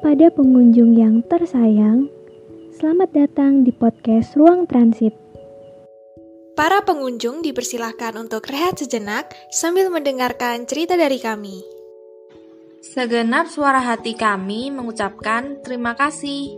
Kepada pengunjung yang tersayang, selamat datang di podcast Ruang Transit. Para pengunjung dipersilahkan untuk rehat sejenak sambil mendengarkan cerita dari kami. Segenap suara hati kami mengucapkan terima kasih.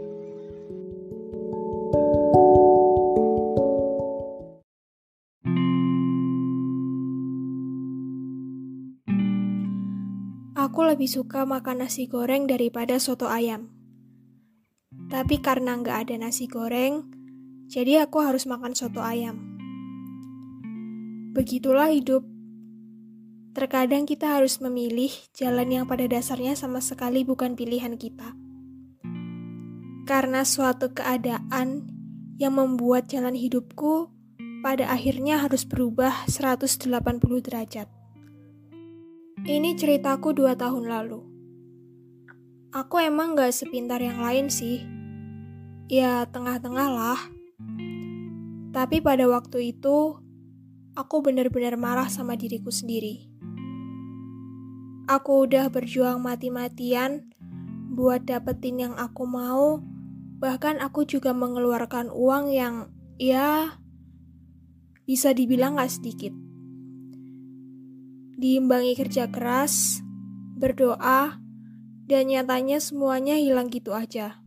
Aku lebih suka makan nasi goreng daripada soto ayam. Tapi karena nggak ada nasi goreng, jadi aku harus makan soto ayam. Begitulah hidup. Terkadang kita harus memilih jalan yang pada dasarnya sama sekali bukan pilihan kita. Karena suatu keadaan yang membuat jalan hidupku pada akhirnya harus berubah 180 derajat. Ini ceritaku 2 tahun lalu. Aku emang gak sepintar yang lain sih. Ya tengah-tengah lah. Tapi pada waktu itu, aku benar-benar marah sama diriku sendiri. Aku udah berjuang mati-matian buat dapetin yang aku mau. Bahkan aku juga mengeluarkan uang yang bisa dibilang gak sedikit. Diimbangi kerja keras, berdoa, dan nyatanya semuanya hilang gitu aja.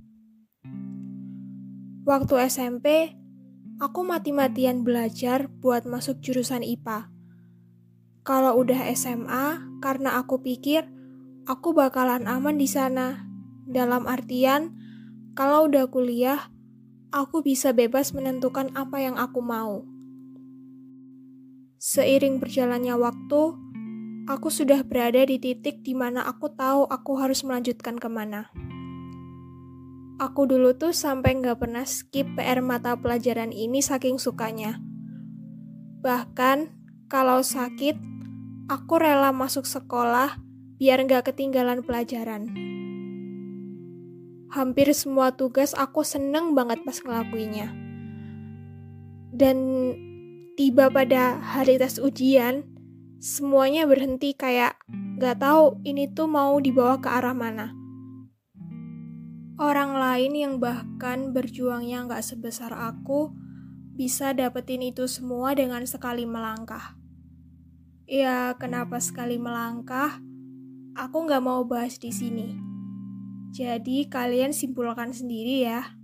Waktu SMP, aku mati-matian belajar buat masuk jurusan IPA. Kalau udah SMA, karena aku pikir aku bakalan aman di sana. Dalam artian, kalau udah kuliah, aku bisa bebas menentukan apa yang aku mau. Seiring berjalannya waktu, aku sudah berada di titik di mana aku tahu aku harus melanjutkan kemana. Aku dulu tuh sampai gak pernah skip PR mata pelajaran ini saking sukanya. Bahkan, kalau sakit, aku rela masuk sekolah biar gak ketinggalan pelajaran. Hampir semua tugas aku seneng banget pas ngelakuinnya. Dan tiba pada hari tes ujian, semuanya berhenti kayak gak tahu ini tuh mau dibawa ke arah mana. Orang lain yang bahkan berjuangnya gak sebesar aku bisa dapetin itu semua dengan sekali melangkah. Ya kenapa sekali melangkah? Aku gak mau bahas di sini. Jadi kalian simpulkan sendiri ya.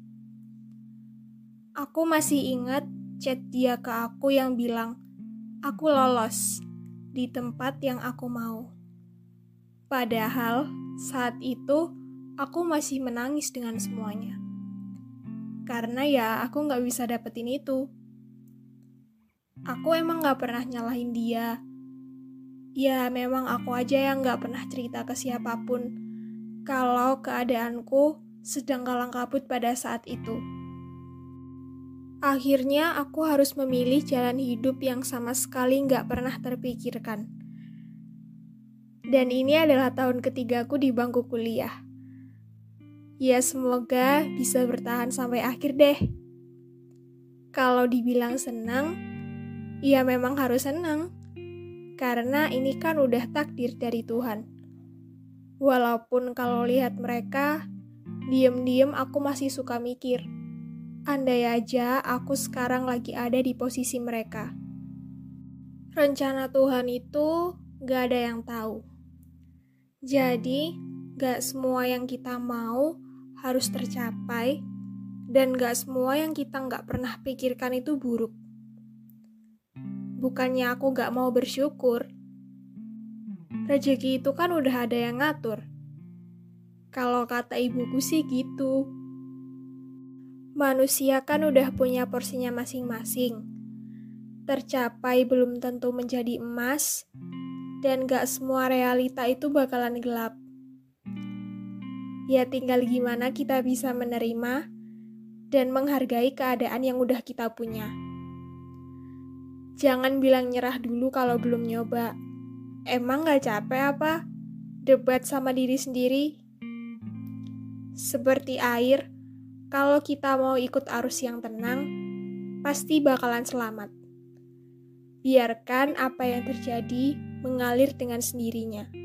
Aku masih ingat chat dia ke aku yang bilang, aku lolos di tempat yang aku mau. Padahal saat itu aku masih menangis dengan semuanya. Karena ya aku gak bisa dapetin itu. Aku emang gak pernah nyalahin dia. Ya memang aku aja yang gak pernah cerita ke siapapun kalau keadaanku sedang kalang kabut pada saat itu. Akhirnya aku harus memilih jalan hidup yang sama sekali gak pernah terpikirkan. Dan ini adalah tahun ketigaku di bangku kuliah. Ya semoga bisa bertahan sampai akhir deh. Kalau dibilang senang, ya memang harus senang. Karena ini kan udah takdir dari Tuhan. Walaupun kalau lihat mereka, diem-diem aku masih suka mikir. Andai aja aku sekarang lagi ada di posisi mereka. Rencana Tuhan itu gak ada yang tahu. Jadi, gak semua yang kita mau harus tercapai, dan gak semua yang kita gak pernah pikirkan itu buruk. Bukannya aku gak mau bersyukur. Rezeki itu kan udah ada yang ngatur. Kalau kata ibuku sih gitu. Manusia kan udah punya porsinya masing-masing. Tercapai belum tentu menjadi emas, dan gak semua realita itu bakalan gelap. Ya tinggal gimana kita bisa menerima dan menghargai keadaan yang udah kita punya. Jangan bilang nyerah dulu kalau belum nyoba. Emang gak capek apa? Debat sama diri sendiri? Seperti air, kalau kita mau ikut arus yang tenang, pasti bakalan selamat. Biarkan apa yang terjadi mengalir dengan sendirinya.